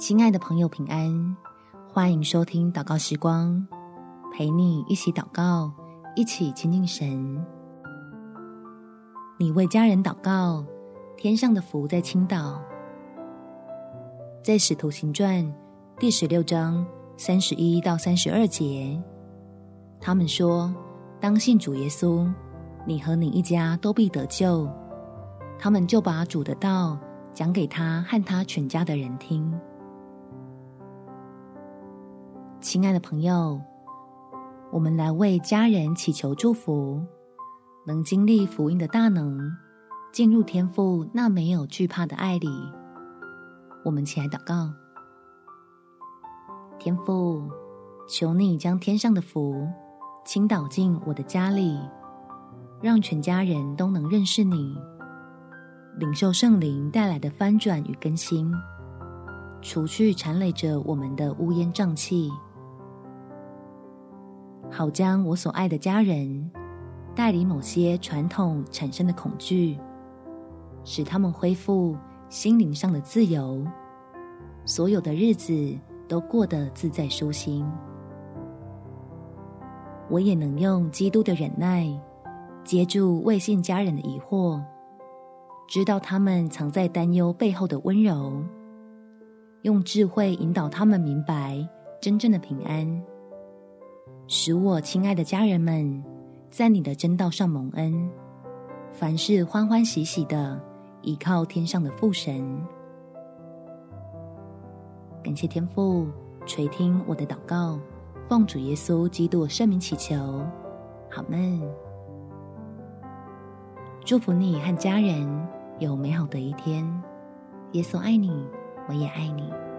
亲爱的朋友，平安，欢迎收听祷告时光，陪你一起祷告，一起亲近神。你为家人祷告，天上的福在倾倒。在使徒行传第16章31到32节，他们说，当信主耶稣，你和你一家都必得救。他们就把主的道讲给他和他全家的人听。亲爱的朋友，我们来为家人祈求祝福，能经历福音的大能，进入天父那没有惧怕的爱里。我们起来祷告。天父，求你将天上的福倾倒进我的家里，让全家人都能认识你，领受圣灵带来的翻转与更新，除去缠累着我们的乌烟瘴气，好将我所爱的家人带离某些传统产生的恐惧，使他们恢复心灵上的自由，所有的日子都过得自在舒心。我也能用基督的忍耐接住未信家人的疑惑，知道他们藏在担忧背后的温柔，用智慧引导他们明白真正的平安，使我亲爱的家人们在你的真道上蒙恩，凡事欢欢喜喜的依靠天上的父神。感谢天父垂听我的祷告，奉主耶稣基督圣名祈求，阿们。祝福你和家人有美好的一天。耶稣爱你，我也爱你。